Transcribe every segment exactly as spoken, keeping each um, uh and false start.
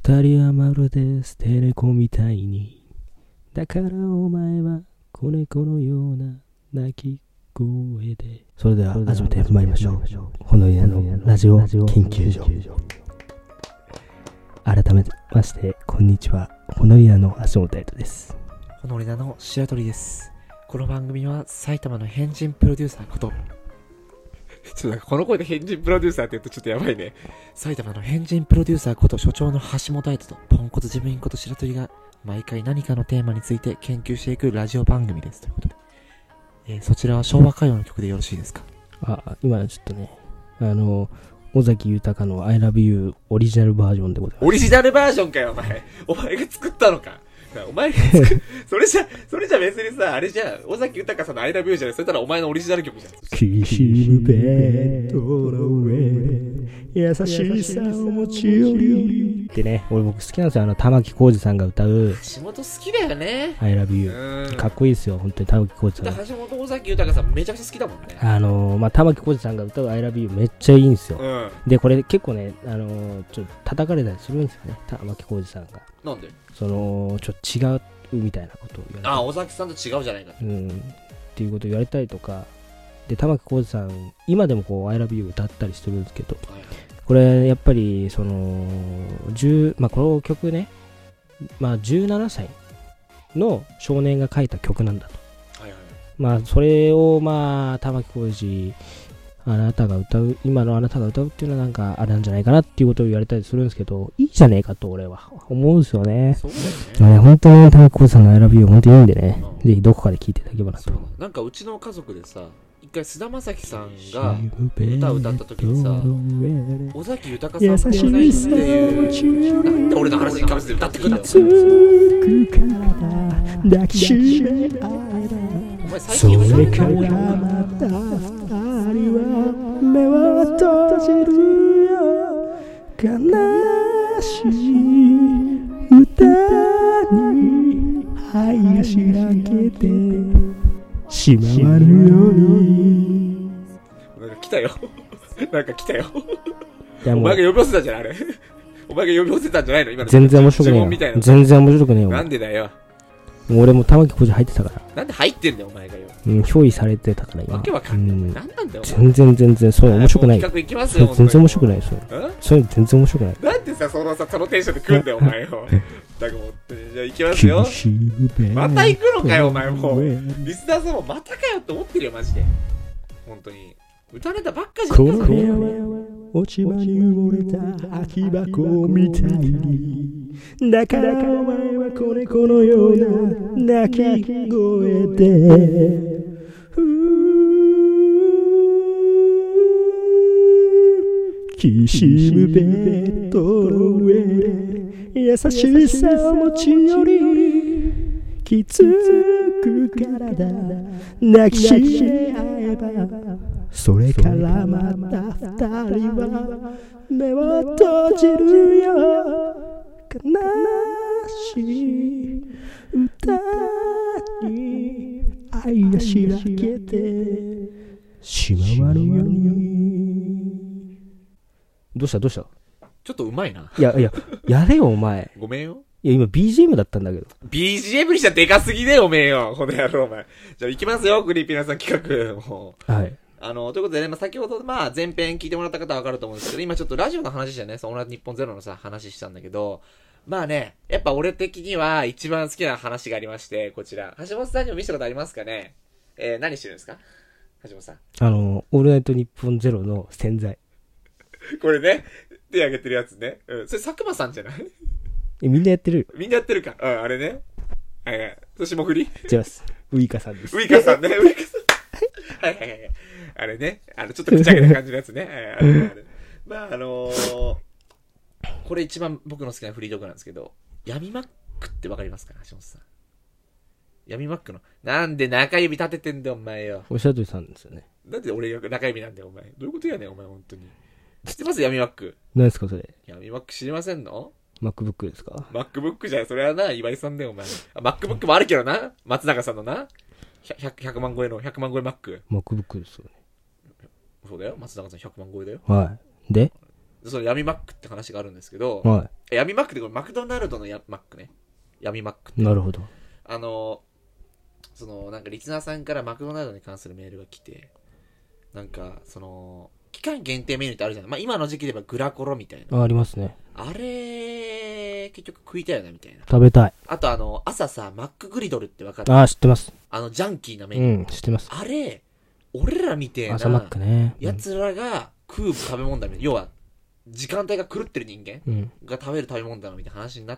二人はまるで捨て猫みたいに、だからお前は子猫のような鳴き声で。それでは始めてまいりましょう。ほのやのラジオ研究所。改めましてこんにちは、ほのやの足元です。 ほのりなの白鳥です。この番組は埼玉の変人プロデューサーことちょっとなんかこの声で変人プロデューサーって言うとちょっとやばいね。埼玉の変人プロデューサーこと所長の橋本愛人とポンコツ事務員こと白鳥が毎回何かのテーマについて研究していくラジオ番組ですということで、えー、そちらは昭和歌謡の曲でよろしいですか？ あ、今ちょっとね、あの尾崎豊の I love you オリジナルバージョンでございます。 オリジナルバージョンかよお前。お前が作ったのか。お前が作るそれじゃそれじゃ別にさ、あれじゃ尾崎豊さんの I love you じゃない、それたらお前のオリジナル曲じゃん。 きしむベッドの上優しさを持ち寄りってね、俺僕好きなんですよ。あの玉置浩二さんが歌う橋本好きだよね。 I love you かっこいいですよ本当に。玉置浩二さん、 橋本尾崎豊さんめちゃくちゃ好きだもんね。 あのー、まあ玉置浩二さんが歌う I love you めっちゃいいんですよ、うん、でこれ結構ね、あのー、ちょっと叩かれたりするんですよね、玉置浩二さんが。 なんで？ そのちょっと違うみたいなことを言われて、 ああ尾崎さんと違うじゃないか、 うん、っていうことを言われたりとかで、玉置浩二さん今でもこう I love you 歌ったりしてるんですけど、はいはい、これやっぱりそのじゅう、まあ、この曲ね、まあ、じゅうななさいの少年が書いた曲なんだと、はいはい、まあそれをまあ玉置浩二あなたが歌う今のあなたが歌うっていうのはなんかあれなんじゃないかなっていうことを言われたりするんですけど、いいじゃねえかと俺は思うんですよね。そうだよね。本当に玉置浩二さんの I love you 本当にいいんでね、うん、ぜひどこかで聴いていただければなと。 なんかうちの家族でさ、一回菅田将暉さんが歌を歌った時にさ、尾崎豊さんもいないっていう、なんで俺の話にかぶせて歌ってくんだよ。抱きしめ合えばお前最近歌ってるよ。 目を閉じるよ、悲しい歌に愛がしらけてしまわるように。 なんか来たよなんか来たよお前が呼び寄せたんじゃないあれお前が呼び寄せたんじゃないの今の。 全然面白くねえよ。全然面白くねえよ。 なんでだよ。 俺も玉置浩二入ってたから。 なんで入ってんだよお前がよ。 うん、憑依されてたから今。 わけわかんない。うん、なんなんだよ。 全然全然そういうの面白くない。 企画行きますよ。 全然面白くないそれ。そういうの全然面白くない。 なんでさそのさそのテンションで来るんだよお前よ。だからもうじゃあ行きますよ。また行くのかよお前もう。リスナーさんもまたかよって思ってるよマジで。本当に歌ネタばっかじゃん。この部屋は落ち葉に埋もれた空き箱みたいに、 だからお前は子猫のような鳴き声で、きしむベッドの上で優しさを持ち寄り、きつく体抱きしめ合えば、それからまた二人は目を閉じるよ、悲しい歌に愛がしらけてしまわるように。どうしたどうした？ ちょっとうまいな。 いやいや、やれよお前。 ごめんよ。 いや今 ビージーエム だったんだけど。 ビージーエム にしたらでかすぎねよおめえよ。この野郎お前。じゃあ行きますよ、クリーピーナさん企画。もう。はい。あの、ということでね、まあ、先ほど、まあ、前編聞いてもらった方はわかると思うんですけど、今ちょっとラジオの話じゃね、その日本ゼロのさ、話したんだけど、まあね、やっぱ俺的には一番好きな話がありまして、こちら。橋本さんにも見せたことありますかね？えー、何してるんですか？橋本さん。 あの、オールナイト日本ゼロの洗剤。 これね、手挙げてるやつね。うん。それ佐久間さんじゃない？ え、みんなやってる？ みんなやってるか。うん、あれね。はいはい。そして霜降り？ 違います。ウイカさんです。 ウイカさんね、ウイカさん。はいはいはい。あれね、あの、ちょっとくちゃけた感じのやつね。あれあれまあ、あのー、これ一番僕の好きなフリートークなんですけど、闇マックってわかりますか橋本さん。闇マックの、なんで中指立ててんだよ、お前よ。 おっしゃるとりさんですよね。 なんで俺が中指なんだよ、お前。どういうことやねん、お前、ほんとに。知ってます闇マック。 何ですか、それ。 闇マック知りませんの？ MacBook ですか？ MacBook じゃん、それはな、岩井さんだよ、お前。MacBook もあるけどな、松永さんのな。ひゃく, ひゃくまん超えのひゃくまん超え Mac。 MacBook ですよね。 そうだよ。松永さんひゃくまん超えだよ。 はい。でその闇 Mac って話があるんですけど、 はい。 闇マックってこれマクドナルドのやマックね。闇マックって。 なるほど。 あの、その、なんかリスナーさんからマクドナルドに関するメールが来て、なんか、その、期間限定メニューってあるじゃない。まあ今の時期で言えばグラコロみたいな。 あ、ありますね。 あれ、結局食いたいよなみたいな。 食べたい。 あとあの、朝さ、マックグリドルって分かる？ あ、知ってます。 あの、ジャンキーなメうニュー。 ん、知ってます。 あれ、俺らみてえな、 朝マックね。 奴らが食う食べ物だみたいな。要は、時間帯が狂ってる人間が食べる食べ物だなみたいな話になって、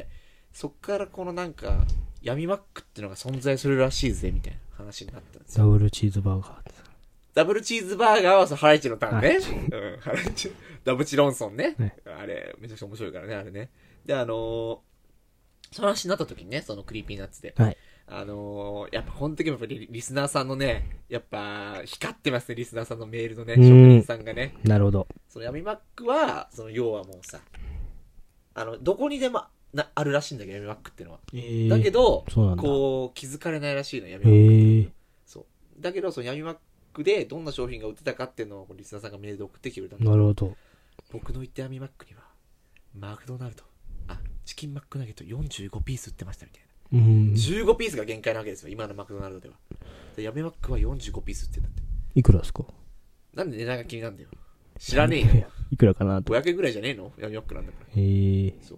そっからこのなんか、闇マックっていうのが存在するらしいぜみたいな話になったんですよ。 ダブルチーズバーガー。 ダブルチーズバーガーはハライチのターンね。うん、ハライチ。ダブチロンソンね。ねあれ、めちゃくちゃ面白いからね、あれね。で、あのー、その話になった時にね、そのクリーピーナッツで。はい。あのー、やっぱこの時もやっぱりリスナーさんのね、やっぱ光ってますね、リスナーさんのメールのね、職人さんがね。 なるほど。 その闇マックは、その要はもうさ、あの、どこにでもなあるらしいんだけど、闇マックっていうのは。えー、だけど、こう、気づかれないらしいの、闇マックって。えー、そう。だけど、その闇マックでどんな商品が売ってたかっていうのをリスナーさんがメールで送ってきてくれたんだ。 なるほど。 僕の言った闇マックには、マクドナルド、あ、チキンマックナゲットよんじゅうごピース売ってましたみたいな。うん、じゅうごピースが限界なわけですよ、今のマクドナルドでは。で、闇マックはよんじゅうごピース売ってんだって。 いくらですか？ なんで値段が気になるんだよ。知らねえよ。 いくらかなと。 ごひゃくえんぐらいじゃねえの？闇マックなんだから。 へー。 そう。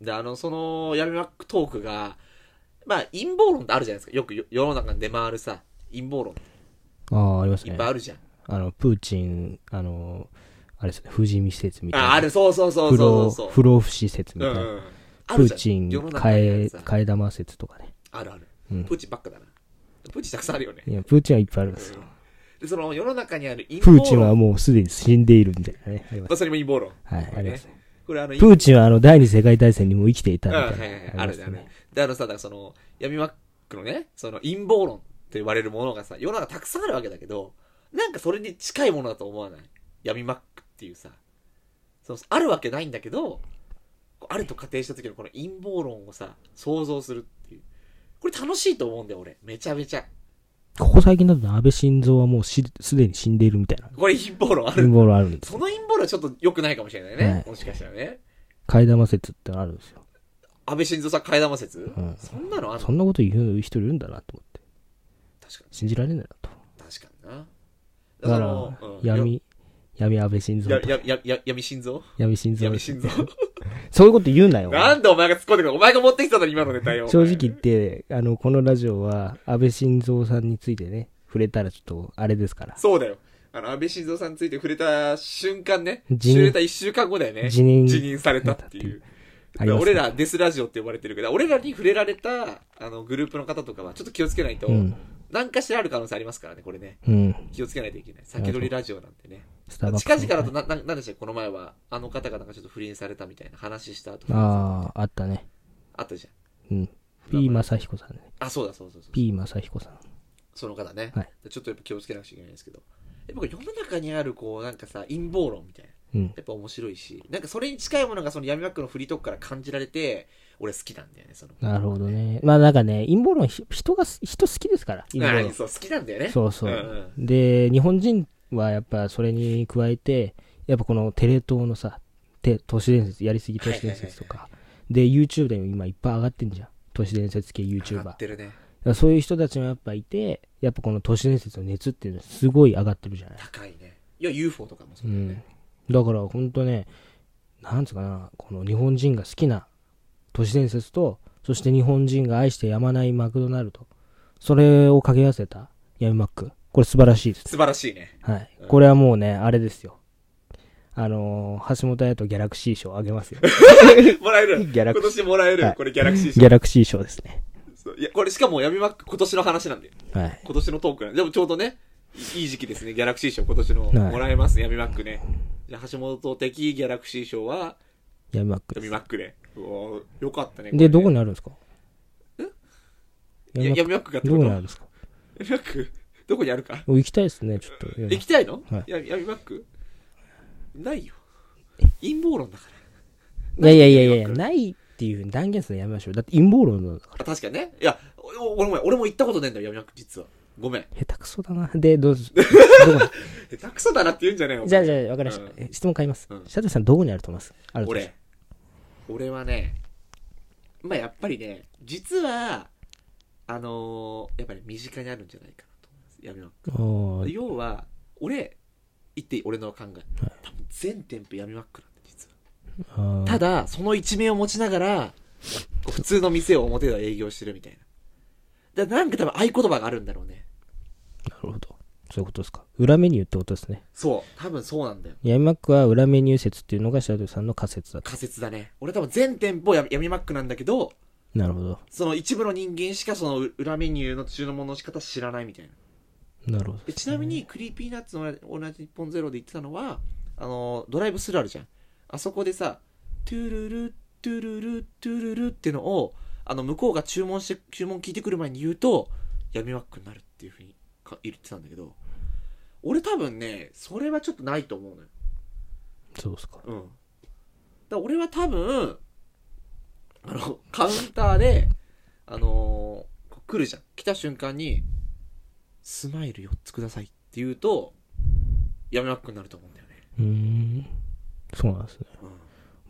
で、あの、その闇マックトークが、まあ、陰謀論ってあるじゃないですか。よく世の中に出回るさ、陰謀論。 ああ、ありますね。 いっぱいあるじゃん。 あの、プーチン、あの、あれですね、富士見施設みたいな。 あ、ある、そうそうそうそうそう。 不老不死説みたいな。うんうん、プーチン、替え、替え玉説とかね。 あるある。うん、プーチンばっかだな。プーチンたくさんあるよね。 いや、プーチンはいっぱいあるんですよ。 うん、で、その世の中にある陰謀論。 プーチンはもうすでに死んでいるみたいなね。あります。 まあ、それも陰謀論。 はい、ね、ありますね。 これあの、 プーチンはあの、第二次世界大戦にも生きていたみたいな。 はいはいはい。あるね、あるね。で、あのさ、だからその、闇マックのね、その陰謀論って言われるものがさ、世の中たくさんあるわけだけど、なんかそれに近いものだと思わない？闇マックっていうさ、そうあるわけないんだけど、あると仮定した時のこの陰謀論をさ、想像するっていう。これ楽しいと思うんだよ、俺。めちゃめちゃ。 ここ最近だと安倍晋三はもうすでに死んでいるみたいな。 これ陰謀論ある。 陰謀論あるんです。 その陰謀論はちょっと良くないかもしれないね。はい、もしかしたらね。 替え玉説ってあるんですよ。 安倍晋三さん替え玉説、うん、そんなのあるの？ そんなこと言う人いるんだなと思って。 確かに。 信じられないなと。 確かにな。 だから、うん、闇、闇安倍晋三。 や、や、や、や、闇晋三？ 闇晋三。 闇晋三。 そういうこと言うなよ。 なんでお前が突っ込んでくる？お前が持ってきたのに今のネタよ。 正直言って、あの、このラジオは安倍晋三さんについてね、触れたらちょっと、あれですから。 そうだよ。あの、安倍晋三さんについて触れた瞬間ね、触れた一週間後だよね。 辞任。 辞任されたっていう。俺らデスラジオって呼ばれてるけど、俺らに触れられた、あの、グループの方とかはちょっと気をつけないと、うん、何かしらある可能性ありますからね、これね。うん、気をつけないといけない。先取りラジオなんてね。近々だとな、な、なんでしたっけ、この前は、あの方々がちょっと不倫されたみたいな話した後。 ああ、あったね。 あったじゃん。うん。P 正彦さんね。 あ、そうだ、そうそうそう。 P 正彦さん。 その方ね。 はい。 ちょっとやっぱ気をつけなくちゃいけないんですけど。やっぱ世の中にある、こう、なんかさ、陰謀論みたいな。うん、やっぱ面白いし、なんかそれに近いものがその闇マックのフリートークから感じられて、俺好きなんだよね、その。 なるほどね。まあなんかね、陰謀論、人が、人好きですから。陰謀論。 そう、好きなんだよね。 そうそう。うんうん、で、日本人はやっぱそれに加えて、やっぱこのテレ東のさ、都市伝説、やりすぎ都市伝説とか、はいはいはい、で、YouTube でも今いっぱい上がってんじゃん。都市伝説系 YouTuber。 上がってるね。 そういう人たちもやっぱいて、やっぱこの都市伝説の熱っていうのはすごい上がってるじゃない。 高いね。いや、ユーフォー とかもそうだよね。 うん、だからほんとね、なんつうかな、この日本人が好きな都市伝説と、そして日本人が愛してやまないマクドナルド、それを掛け合わせた闇マック、これ素晴らしいです。 素晴らしいね。 はい。うん、これはもうね、あれですよ。あのー、橋本彩とギャラクシー賞あげますよ。 もらえる。ギャラクシー。今年もらえる、はい、これギャラクシー賞。 ギャラクシー賞ですね。 いや、これしかも闇マック今年の話なんで。 はい。 今年のトークなんで。でもちょうどね、いい時期ですね。ギャラクシー賞今年のもらえます、はい、闇マックね。じゃあ橋本的ギャラクシー賞は闇マック。 闇マックで。およかったね。 で、どこにあるんですか？ え？闇マックがどこにあるんですか？ 闇マックどこにあるか？ 行きたいですね、ちょっと。 行きたいの？ はい。 闇マックないよ。陰謀論だから。 いやいやいやいや、ないっていう断言するのやめましょう。だって陰謀論だから。 確かにね。いや、俺も、俺も行ったことねえんだよ、闇マック実は。ごめん。 下手くそだな。で、どうぞ。 どこ下手くそだなって言うんじゃねえよ。 じゃあ、じゃあ、わかりました。うん、質問変えます。うん、シャトルさんどこにあると思います？あると俺。 俺はね、まあやっぱりね、実はあのー、やっぱり身近にあるんじゃないかなと思います。闇マック。要は俺言っていい俺の考え、はい、多分全店舗闇マックなんで実は。ただその一面を持ちながら普通の店を表では営業してるみたいな。だからなんか多分合言葉があるんだろうね。 なるほど。そういうことですか。裏メニューってことですね。 そう、多分そうなんだよ。 闇マックは裏メニュー説っていうのがシャドウさんの仮説だった。 仮説だね。俺多分全店舗闇マックなんだけど、 なるほど。 その一部の人間しかその裏メニューの注文の仕方知らないみたいな。なるほど、 ね。ちなみにクリーピーナッツの同じ日本ゼロで言ってたのは、あのドライブスルーあるじゃん。あそこでさ、トゥルルトゥルルトゥルルっていうのをあの向こうが注文して注文聞いてくる前に言うと闇マックになるっていうふうに言ってたんだけど、俺多分ねそれはちょっとないと思うのよ。 そうですか。 うん。だから俺は多分あのカウンターであのー、来るじゃん。来た瞬間にスマイルよっつくださいって言うと闇マックになると思うんだよね。 うーん、そうなんですね。うん、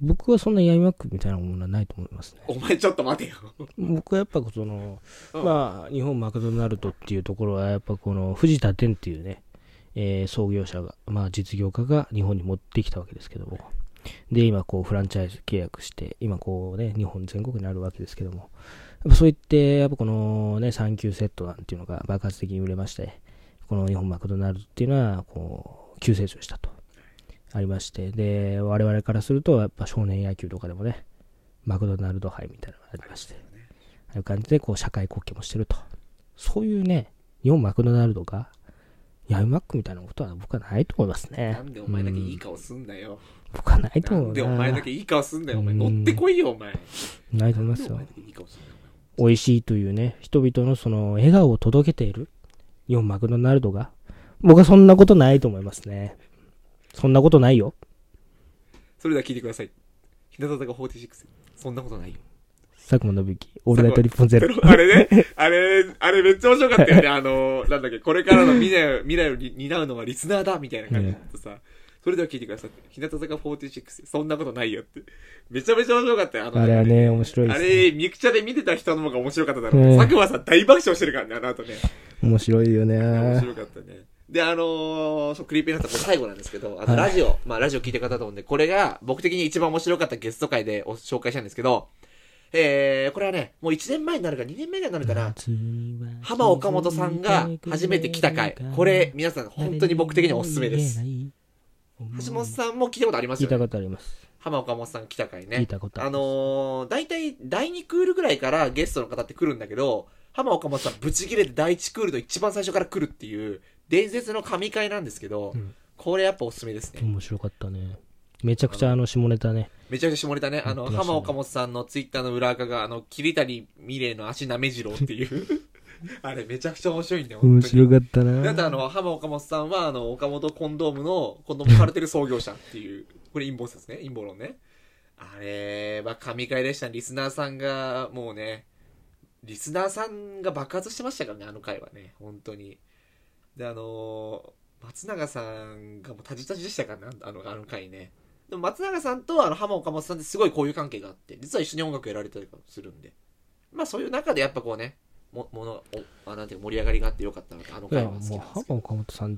僕はそんな闇マックみたいなものはないと思いますね。 お前ちょっと待てよ。 僕はやっぱその、うん、まあ日本マクドナルドっていうところはやっぱこの藤田店っていうね、えー、創業者がまあ実業家が日本に持ってきたわけですけども、で今こうフランチャイズ契約して今こうね日本全国にあるわけですけども、やっぱそういってやっぱこのねさん級セットなんていうのが爆発的に売れまして、この日本マクドナルドっていうのはこう急成長したとありまして、で我々からするとやっぱ少年野球とかでもねマクドナルド杯みたいなのがありまして、ああいう感じでこう社会貢献もしてると、そういうね日本マクドナルドが闇マックみたいなことは僕はないと思いますね。 なんでお前だけいい顔すんだよ。 うん、僕はないと思うな。 なんでお前だけいい顔すんだよ。お前乗ってこいよお前。 ないと思いますよ。美味しいというね人々のその笑顔を届けている日本マクドナルドが、僕はそんなことないと思いますね。そんなことないよ。 それでは聞いてください。日向坂フォーティーシックス、そんなことないよ。 佐久間信之、オールナイト日本ゼロ。 あれね、あれ、あれめっちゃ面白かったよね。あの、なんだっけ、これからの未来を、未来を担うのはリスナーだ、みたいな感じでさ、それでは聞いてください。日向坂フォーティーシックス、そんなことないよって。めちゃめちゃ面白かったよ。あの、 あれはね、面白いですね。あれ、ミクチャで見てた人の方が面白かっただろうね。佐久間さん大爆笑してるからね、あの後ね。 面白いよね。 面白かったね。で、あのー、そう、クリーピーナッツは最後なんですけど、あの、ラジオ、はい、まあ、ラジオ聞いてる方だと思うんで、これが僕的に一番面白かったゲスト会でお紹介したんですけど、えー、これはね、もういちねんまえになるかにねんまえになるかな。浜岡本さんが初めて来た回。これ、皆さん本当に僕的におすすめです。橋本さんも聞いたことありますよね。 聞いたことあります。 浜岡本さん来た回ね。 聞いたことあります。あのー、だいたいだいにクールぐらいからゲストの方って来るんだけど、浜岡本さんブチ切れてだいいちクールの一番最初から来るっていう、伝説の神回なんですけど、うん、これやっぱおすすめですね。 面白かったね。めちゃくちゃあの下ネタね。 めちゃくちゃ下ネタね。あの、ね、浜岡本さんのツイッターの裏垢が、あの、桐谷美玲の足なめじろうっていう。あれめちゃくちゃ面白いんだよ。 面白かったな。 だってあの、浜岡本さんは、あの、岡本コンドームのコンドームカルテル創業者っていう、これ陰謀説ね。陰謀論ね。あれは神回でしたね。リスナーさんが、もうね、リスナーさんが爆発してましたからね、あの回はね。本当に。で、あのー、松永さんがもうタジタジでしたからね、あの、あの回ね。でも松永さんとあの浜岡本さんってすごい交友関係があって、実は一緒に音楽やられたりするんで、まあそういう中でやっぱこうね、も、もの、あ、なんていう盛り上がりがあってよかったなって、あの回は好きなんですけど。 いや、もう浜岡本さんって、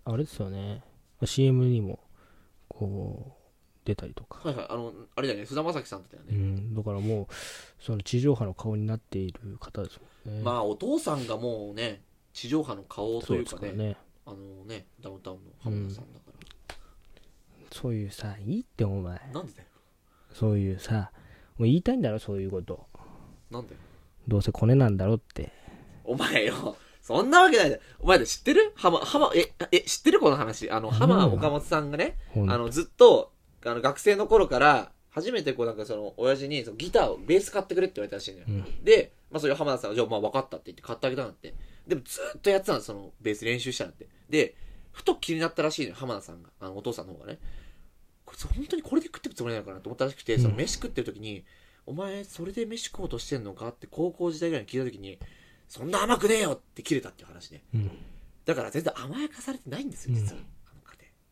あれですよね、シーエム にも、こう、出たりとか。 はいはい、あの、あれだよね、菅田将暉さんだったよね。 うん、だからもう、その地上波の顔になっている方ですもんね。 まあお父さんがもうね、地上波の顔というかね、ねあのね、ダウンタウンの浜田さんだから。うん、 そういうさ、いいってお前。 なんでだよ。 そういうさ、もう言いたいんだろ、そういうこと。 なんでどうせコネなんだろって。 お前よ、そんなわけないだよ。お前知ってる浜、浜、え、え、知ってるこの話。あの、浜岡本さんがね、あの、ずっと、あの、学生の頃から、初めてこうなんかその、親父にそのギターを、ベース買ってくれって言われたらしいのよ。うん、で、まあそういう浜田さんが、じゃあまあ分かったって言って買ってあげたんだって。でもずっとやってたんです、その、ベース練習したんだって。で、ふと気になったらしいのよ、浜田さんが。あの、お父さんの方がね。こいつ本当にこれで食ってくつもりなのかなと思ったらしくて、その飯食ってる時に、うん、お前それで飯食おうとしてんのかって高校時代ぐらいに聞いた時に、そんな甘くねえよって切れたっていう話ね。うん、だから全然甘やかされてないんですよ、実は。うん、あの家庭。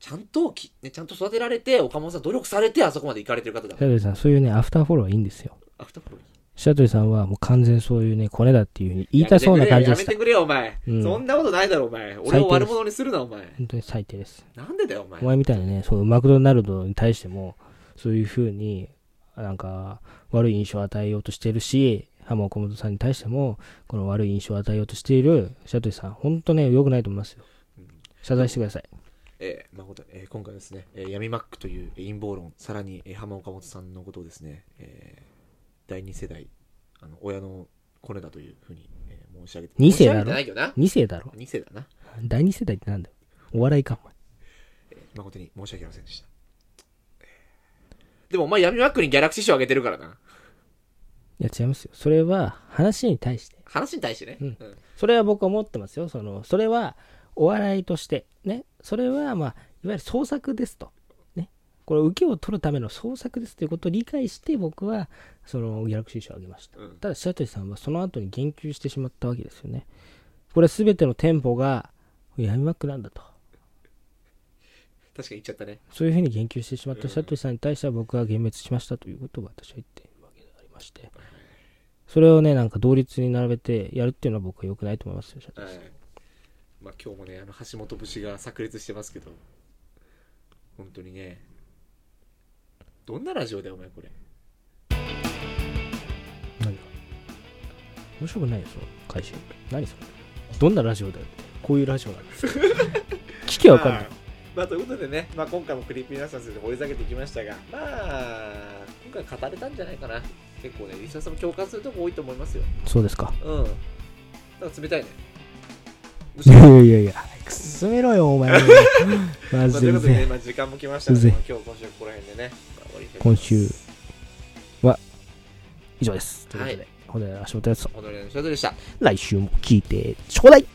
ちゃんとき、ね、ちゃんと育てられて、岡本さん努力されて、あそこまで行かれてる方だ。 白鳥さん、そういうね、アフターフォローはいいんですよ。 アフターフォロー白鳥さんはもう完全そういうね、コネだっていう風に言いたそうな感じでした。 やめてくれよ、お前、うん。そんなことないだろ、お前。俺を悪者にするな、お前。 本当に最低です。 なんでだよ、お前。 お前みたいなね、そう、マクドナルドに対しても、そういう風に、なんか、悪い印象を与えようとしているし、浜岡本さんに対しても、この悪い印象を与えようとしている白鳥さん、本当ね、良くないと思いますよ。うん、謝罪してください。 えー、誠、えー、今回ですね、えー、闇マックという陰謀論、さらに、えー、浜岡本さんのことをですね、えー、だいに世代、あの親のコネだというふうに、えー、申し上げてに世だろ。 に世だろ。 に世だな。 だいに世代ってなんだよ。お笑いか、お前。 えー、誠に申し訳ありませんでした。えー、でもお前闇マックにギャラクシー賞あげてるからな。 いや違いますよ。それは話に対して。 話に対してね。 うん。うん、それは僕は思ってますよ。その、それはお笑いとして。ね。それはまあ、いわゆる創作ですと。ね。これ受けを取るための創作ですということを理解して僕は、そのギャラクシー賞をあげました。うん、ただ、白鳥さんはその後に言及してしまったわけですよね。これ全ての店舗が闇マックなんだと。 確かに言っちゃったね。 そういうふうに言及してしまった白鳥さんに対しては僕は幻滅しましたということを私は言っているわけでありまして。それをね、なんか同率に並べてやるっていうのは僕は良くないと思いますよ、白鳥さん。はい、 まあ今日もね、あの橋本節が炸裂してますけど、本当にね、どんなラジオだよ、お前これ。 何が面白くないよ、その会社。何それ。どんなラジオだよって。こういうラジオなんです聞きゃわかんない。 まあ、ということでね、まあ、今回もクリーピーナッツさんに掘り下げてきましたが、まあ、今回語れたんじゃないかな。結構ね、リスナーさんも共感するとこ多いと思いますよ。 そうですか。 うん。なんか冷たいね。 いやいやいや、くすめろよ、お前。マジで。まあ、ということでね、 まあ、時間も来ましたので、まあ、今日、今週はここら辺でね、まあ、終わりたいと思います。 今週は以上です。ということで、 はい、 ほんで、足元やつと。 ほんで、シャトルでした。 来週も聞いてちょうだい。